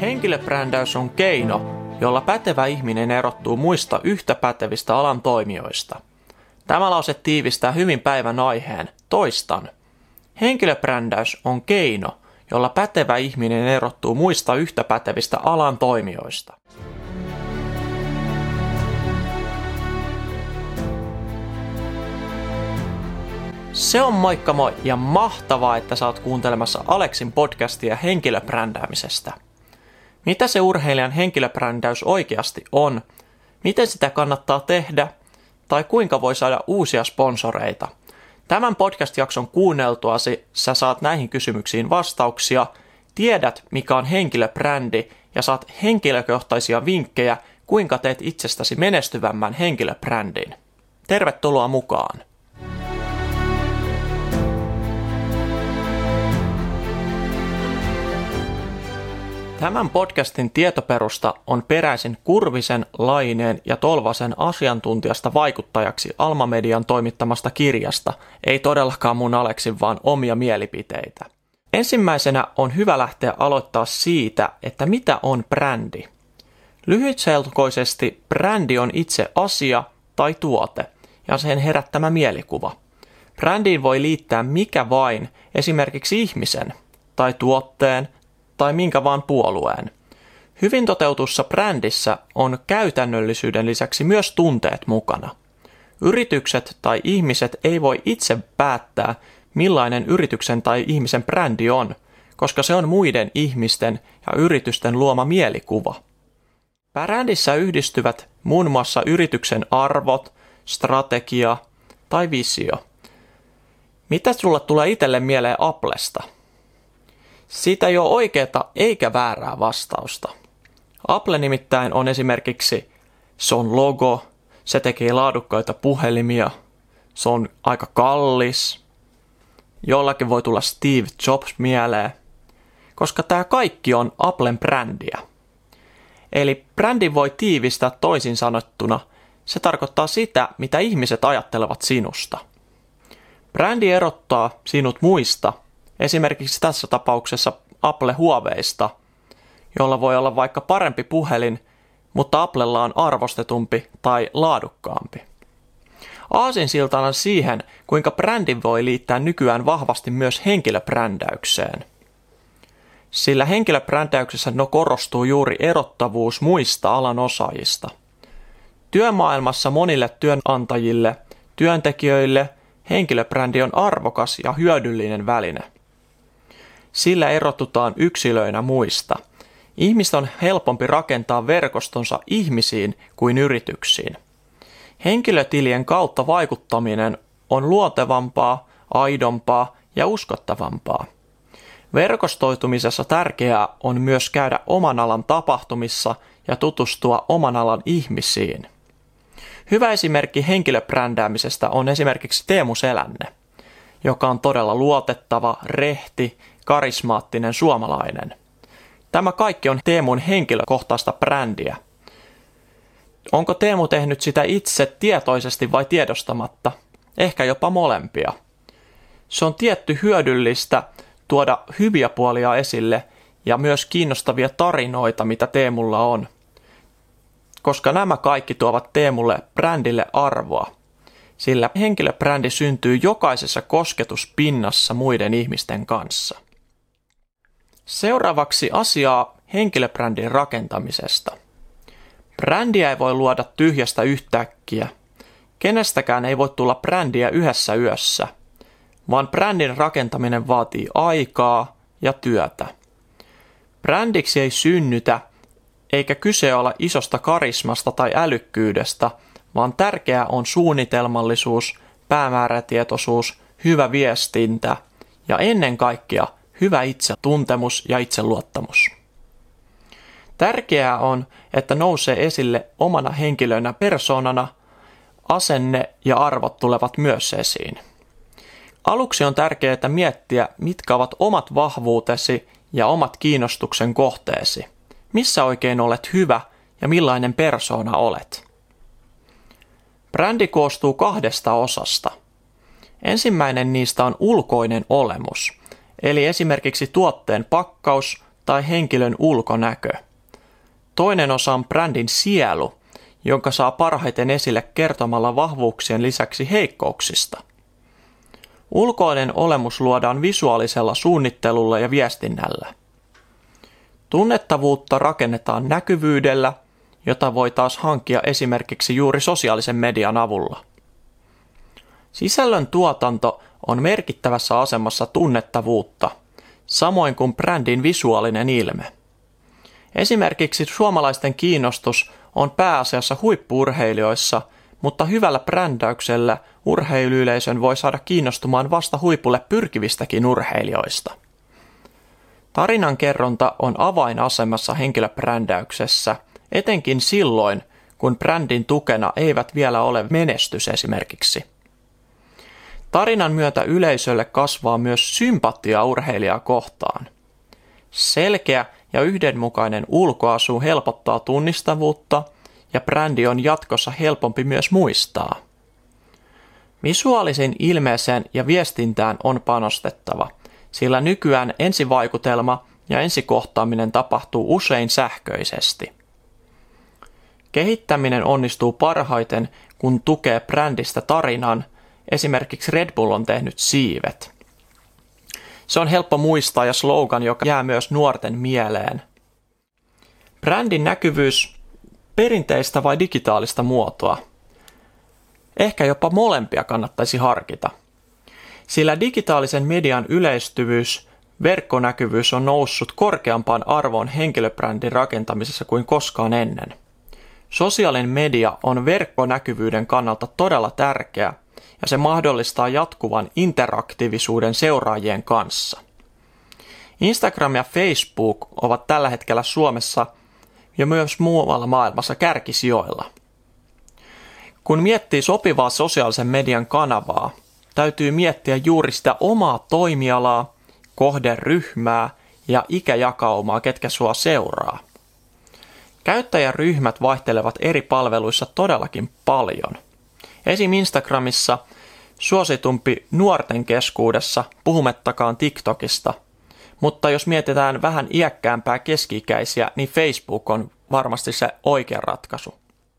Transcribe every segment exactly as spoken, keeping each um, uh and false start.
Henkilöbrändäys on keino, jolla pätevä ihminen erottuu muista yhtä pätevistä alan toimijoista. Tämä lause tiivistää hyvin päivän aiheen. Toistan. Henkilöbrändäys on keino, jolla pätevä ihminen erottuu muista yhtä pätevistä alan toimijoista. Se on moikka moi ja mahtavaa, että sä oot kuuntelemassa Aleksin podcastia henkilöbrändäämisestä. Mitä se urheilijan henkilöbrändäys oikeasti on? Miten sitä kannattaa tehdä? Tai kuinka voi saada uusia sponsoreita? Tämän podcast-jakson kuunneltuasi sä saat näihin kysymyksiin vastauksia, tiedät mikä on henkilöbrändi ja saat henkilökohtaisia vinkkejä, kuinka teet itsestäsi menestyvämmän henkilöbrändin. Tervetuloa mukaan! Tämän podcastin tietoperusta on peräisin Kurvisen, Laineen ja Tolvasen asiantuntijasta vaikuttajaksi Alma Median toimittamasta kirjasta, ei todellakaan mun Aleksin, vaan omia mielipiteitä. Ensimmäisenä on hyvä lähteä aloittaa siitä, että mitä on brändi. Lyhytselkoisesti brändi on itse asia tai tuote ja sen herättämä mielikuva. Brändiin voi liittää mikä vain, esimerkiksi ihmisen tai tuotteen tai minkä vaan puolueen. Hyvin toteutussa brändissä on käytännöllisyyden lisäksi myös tunteet mukana. Yritykset tai ihmiset ei voi itse päättää, millainen yrityksen tai ihmisen brändi on, koska se on muiden ihmisten ja yritysten luoma mielikuva. Brändissä yhdistyvät muun muassa yrityksen arvot, strategia tai visio. Mitä sulla tulee itselle mieleen Applesta? Siitä ei ole oikeaa eikä väärää vastausta. Apple nimittäin on esimerkiksi, se on logo, se tekee laadukkaita puhelimia, se on aika kallis, jollakin voi tulla Steve Jobs mieleen, koska tämä kaikki on Applen brändiä. Eli brändi voi tiivistää toisin sanottuna, se tarkoittaa sitä, mitä ihmiset ajattelevat sinusta. Brändi erottaa sinut muista, esimerkiksi tässä tapauksessa Apple Huaweista, jolla voi olla vaikka parempi puhelin, mutta Applella on arvostetumpi tai laadukkaampi. Aasinsiltana siihen, kuinka brändin voi liittää nykyään vahvasti myös henkilöbrändäykseen. Sillä henkilöbrändäyksessä no korostuu juuri erottavuus muista alan osaajista. Työmaailmassa monille työnantajille, työntekijöille henkilöbrändi on arvokas ja hyödyllinen väline. Sillä erotutaan yksilöinä muista. Ihmistä on helpompi rakentaa verkostonsa ihmisiin kuin yrityksiin. Henkilötilien kautta vaikuttaminen on luontevampaa, aidompaa ja uskottavampaa. Verkostoitumisessa tärkeää on myös käydä oman alan tapahtumissa ja tutustua oman alan ihmisiin. Hyvä esimerkki henkilöbrändäämisestä on esimerkiksi Teemu Selänne, joka on todella luotettava, rehti, karismaattinen suomalainen. Tämä kaikki on Teemun henkilökohtaista brändiä. Onko Teemu tehnyt sitä itse tietoisesti vai tiedostamatta? Ehkä jopa molempia. Se on tietty hyödyllistä tuoda hyviä puolia esille ja myös kiinnostavia tarinoita, mitä Teemulla on, koska nämä kaikki tuovat Teemulle brändille arvoa, sillä henkilöbrändi syntyy jokaisessa kosketuspinnassa muiden ihmisten kanssa. Seuraavaksi asiaa henkilöbrändin rakentamisesta. Brändiä ei voi luoda tyhjästä yhtäkkiä. Kenestäkään ei voi tulla brändiä yhdessä yössä, vaan brändin rakentaminen vaatii aikaa ja työtä. Brändiksi ei synnytä, eikä kyse ole isosta karismasta tai älykkyydestä, vaan tärkeää on suunnitelmallisuus, päämäärätietoisuus, hyvä viestintä ja ennen kaikkea hyvä itsetuntemus ja itseluottamus. Tärkeää on, että nousee esille omana henkilönä persoonana, asenne ja arvot tulevat myös esiin. Aluksi on tärkeää miettiä, mitkä ovat omat vahvuutesi ja omat kiinnostuksen kohteesi. Missä oikein olet hyvä ja millainen persoona olet? Brändi koostuu kahdesta osasta. Ensimmäinen niistä on ulkoinen olemus, eli esimerkiksi tuotteen pakkaus tai henkilön ulkonäkö. Toinen osa on brändin sielu, jonka saa parhaiten esille kertomalla vahvuuksien lisäksi heikkouksista. Ulkoinen olemus luodaan visuaalisella suunnittelulla ja viestinnällä. Tunnettavuutta rakennetaan näkyvyydellä, jota voi taas hankkia esimerkiksi juuri sosiaalisen median avulla. Sisällön tuotanto on merkittävässä asemassa tunnettavuutta, samoin kuin brändin visuaalinen ilme. Esimerkiksi suomalaisten kiinnostus on pääasiassa huippu-urheilijoissa, mutta hyvällä brändäyksellä urheiluyleisön voi saada kiinnostumaan vasta huipulle pyrkivistäkin urheilijoista. Tarinankerronta on avainasemassa henkilöbrändäyksessä, etenkin silloin, kun brändin tukena eivät vielä ole menestys esimerkiksi. Tarinan myötä yleisölle kasvaa myös sympatia urheilijaa kohtaan. Selkeä ja yhdenmukainen ulkoasu helpottaa tunnistavuutta ja brändi on jatkossa helpompi myös muistaa. Visuaalisiin ilmeeseen ja viestintään on panostettava, sillä nykyään ensivaikutelma ja ensikohtaaminen tapahtuu usein sähköisesti. Kehittäminen onnistuu parhaiten, kun tukee brändistä tarinan, esimerkiksi Red Bull on tehnyt siivet. Se on helppo muistaa ja slogan, joka jää myös nuorten mieleen. Brändin näkyvyys, perinteistä vai digitaalista muotoa? Ehkä jopa molempia kannattaisi harkita. Sillä digitaalisen median yleistyvyys, verkkonäkyvyys on noussut korkeampaan arvoon henkilöbrändin rakentamisessa kuin koskaan ennen. Sosiaalinen media on verkkonäkyvyyden kannalta todella tärkeä, ja se mahdollistaa jatkuvan interaktiivisuuden seuraajien kanssa. Instagram ja Facebook ovat tällä hetkellä Suomessa ja myös muualla maailmassa kärkisijoilla. Kun miettii sopivaa sosiaalisen median kanavaa, täytyy miettiä juuri sitä omaa toimialaa, kohderyhmää ja ikäjakaumaa, ketkä sua seuraa. Käyttäjäryhmät vaihtelevat eri palveluissa todellakin paljon. Esim. Instagramissa suositumpi nuorten keskuudessa, puhumattakaan TikTokista, mutta jos mietitään vähän iäkkäämpää keski-ikäisiä, niin Facebook on varmasti se oikea ratkaisu.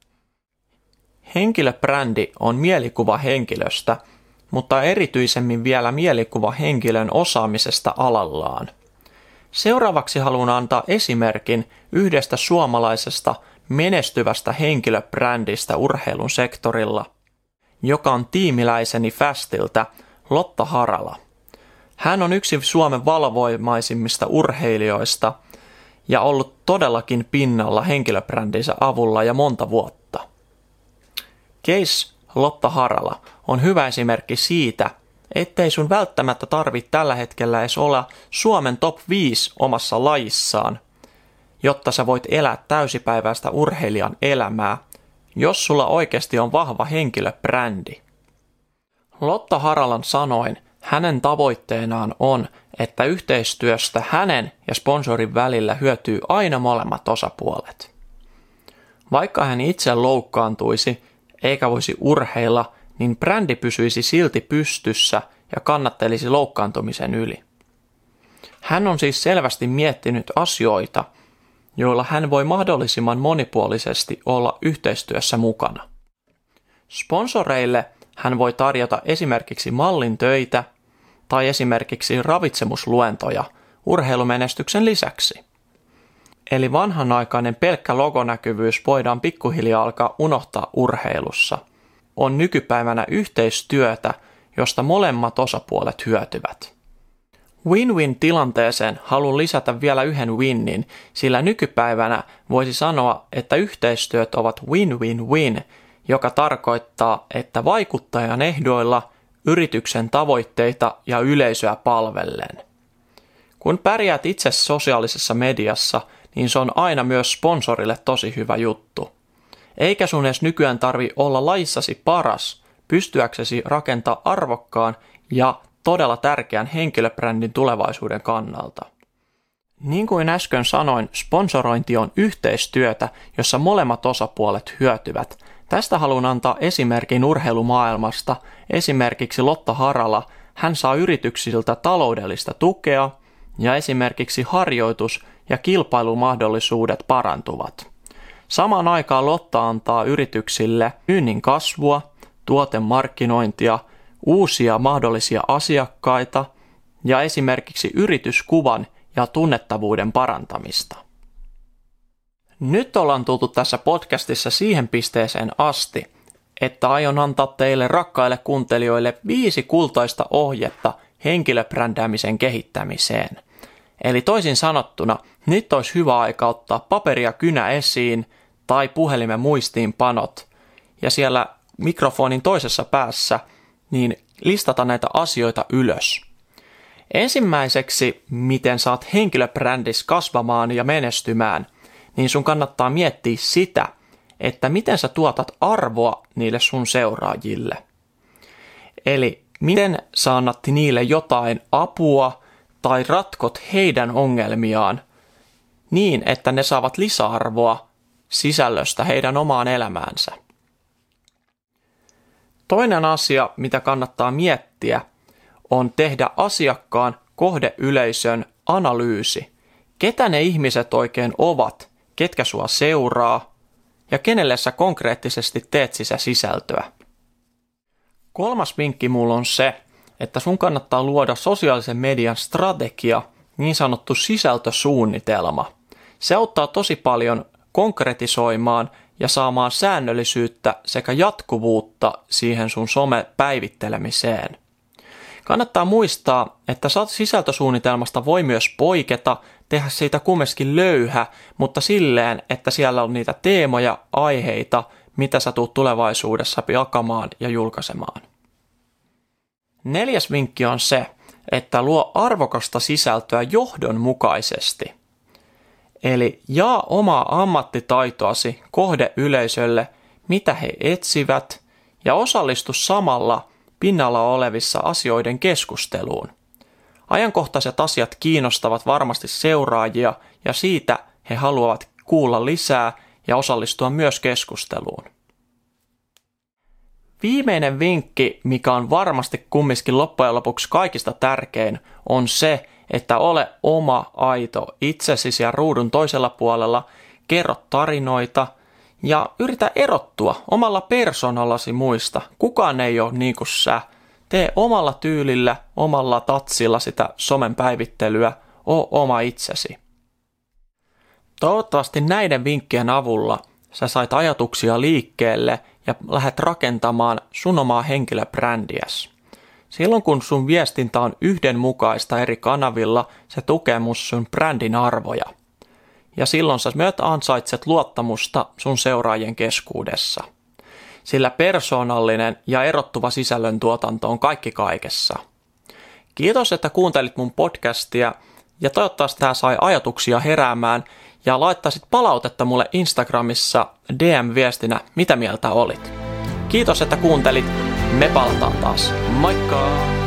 Henkilöbrändi on mielikuva henkilöstä, mutta erityisemmin vielä mielikuva henkilön osaamisesta alallaan. Seuraavaksi haluan antaa esimerkin yhdestä suomalaisesta menestyvästä henkilöbrändistä urheilun sektorilla, joka on tiimiläiseni Fastiltä Lotta Harala. Hän on yksi Suomen valovoimaisimmista urheilijoista ja ollut todellakin pinnalla henkilöbrändinsä avulla ja monta vuotta. Case Lotta Harala on hyvä esimerkki siitä, ettei sun välttämättä tarvitse tällä hetkellä edes olla Suomen top viisi omassa lajissaan, jotta sä voit elää täysipäiväistä urheilijan elämää, jos sulla oikeasti on vahva henkilöbrändi. Lotta Haralan sanoin, hänen tavoitteenaan on, että yhteistyöstä hänen ja sponsorin välillä hyötyy aina molemmat osapuolet. Vaikka hän itse loukkaantuisi eikä voisi urheilla, niin brändi pysyisi silti pystyssä ja kannattelisi loukkaantumisen yli. Hän on siis selvästi miettinyt asioita, joilla hän voi mahdollisimman monipuolisesti olla yhteistyössä mukana. Sponsoreille hän voi tarjota esimerkiksi mallin töitä tai esimerkiksi ravitsemusluentoja urheilumenestyksen lisäksi. Eli vanhanaikainen pelkkä logonäkyvyys voidaan pikkuhiljaa alkaa unohtaa urheilussa. On nykypäivänä yhteistyötä, josta molemmat osapuolet hyötyvät. Win-win-tilanteeseen haluan lisätä vielä yhden winnin, sillä nykypäivänä voisi sanoa, että yhteistyöt ovat win-win-win, joka tarkoittaa, että vaikuttajan ehdoilla yrityksen tavoitteita ja yleisöä palvellen. Kun pärjäät itse sosiaalisessa mediassa, niin se on aina myös sponsorille tosi hyvä juttu. Eikä sun edes nykyään tarvi olla lajissasi paras, pystyäksesi rakentaa arvokkaan ja todella tärkeän henkilöbrändin tulevaisuuden kannalta. Niin kuin äsken sanoin, sponsorointi on yhteistyötä, jossa molemmat osapuolet hyötyvät. Tästä haluan antaa esimerkin urheilumaailmasta. Esimerkiksi Lotta Harala, hän saa yrityksiltä taloudellista tukea ja esimerkiksi harjoitus- ja kilpailumahdollisuudet parantuvat. Samaan aikaan Lotta antaa yrityksille myynnin kasvua, tuotemarkkinointia, uusia mahdollisia asiakkaita ja esimerkiksi yrityskuvan ja tunnettavuuden parantamista. Nyt ollaan tultu tässä podcastissa siihen pisteeseen asti, että aion antaa teille rakkaille kuuntelijoille viisi kultaista ohjetta henkilöbrändäämisen kehittämiseen. Eli toisin sanottuna, nyt olisi hyvä aika ottaa paperi ja kynä esiin tai puhelimen muistiinpanot ja siellä mikrofonin toisessa päässä niin listata näitä asioita ylös. Ensimmäiseksi, miten saat henkilöbrändis kasvamaan ja menestymään, niin sun kannattaa miettiä sitä, että miten sä tuotat arvoa niille sun seuraajille. Eli miten sä annat niille jotain apua tai ratkot heidän ongelmiaan niin, että ne saavat lisäarvoa sisällöstä heidän omaan elämäänsä. Toinen asia, mitä kannattaa miettiä, on tehdä asiakkaan kohdeyleisön analyysi. Ketä ne ihmiset oikein ovat, ketkä sua seuraa ja kenelle sä konkreettisesti teet sitä sisältöä. Kolmas vinkki mulla on se, että sun kannattaa luoda sosiaalisen median strategia, niin sanottu sisältösuunnitelma. Se auttaa tosi paljon konkretisoimaan ja saamaan säännöllisyyttä sekä jatkuvuutta siihen sun some-päivittelemiseen. Kannattaa muistaa, että sisältösuunnitelmasta voi myös poiketa, tehdä siitä kumminkin löyhä, mutta silleen, että siellä on niitä teemoja, aiheita, mitä sä tulet tulevaisuudessa jakamaan ja julkaisemaan. Neljäs vinkki on se, että luo arvokasta sisältöä johdonmukaisesti. Eli jaa omaa ammattitaitoasi kohdeyleisölle, mitä he etsivät, ja osallistu samalla pinnalla olevissa asioiden keskusteluun. Ajankohtaiset asiat kiinnostavat varmasti seuraajia, ja siitä he haluavat kuulla lisää ja osallistua myös keskusteluun. Viimeinen vinkki, mikä on varmasti kumminkin loppujen lopuksi kaikista tärkein, on se, että ole oma aito itsesi siellä ruudun toisella puolella, kerro tarinoita ja yritä erottua omalla persoonallasi muista. Kukaan ei ole niin kuin sä. Tee omalla tyylillä, omalla tatsilla sitä somen päivittelyä, oo oma itsesi. Toivottavasti näiden vinkkien avulla sä sait ajatuksia liikkeelle ja lähdet rakentamaan sun omaa henkilöbrändiäsi. Silloin kun sun viestintä on yhdenmukaista eri kanavilla, se tukee myös sun brändin arvoja. Ja silloin sä myös ansaitset luottamusta sun seuraajien keskuudessa. Sillä persoonallinen ja erottuva sisällöntuotanto on kaikki kaikessa. Kiitos, että kuuntelit mun podcastia ja toivottavasti tää sai ajatuksia heräämään ja laittaisit palautetta mulle Instagramissa D M-viestinä, mitä mieltä olit. Kiitos, että kuuntelit. Me palataan taas. Moikka!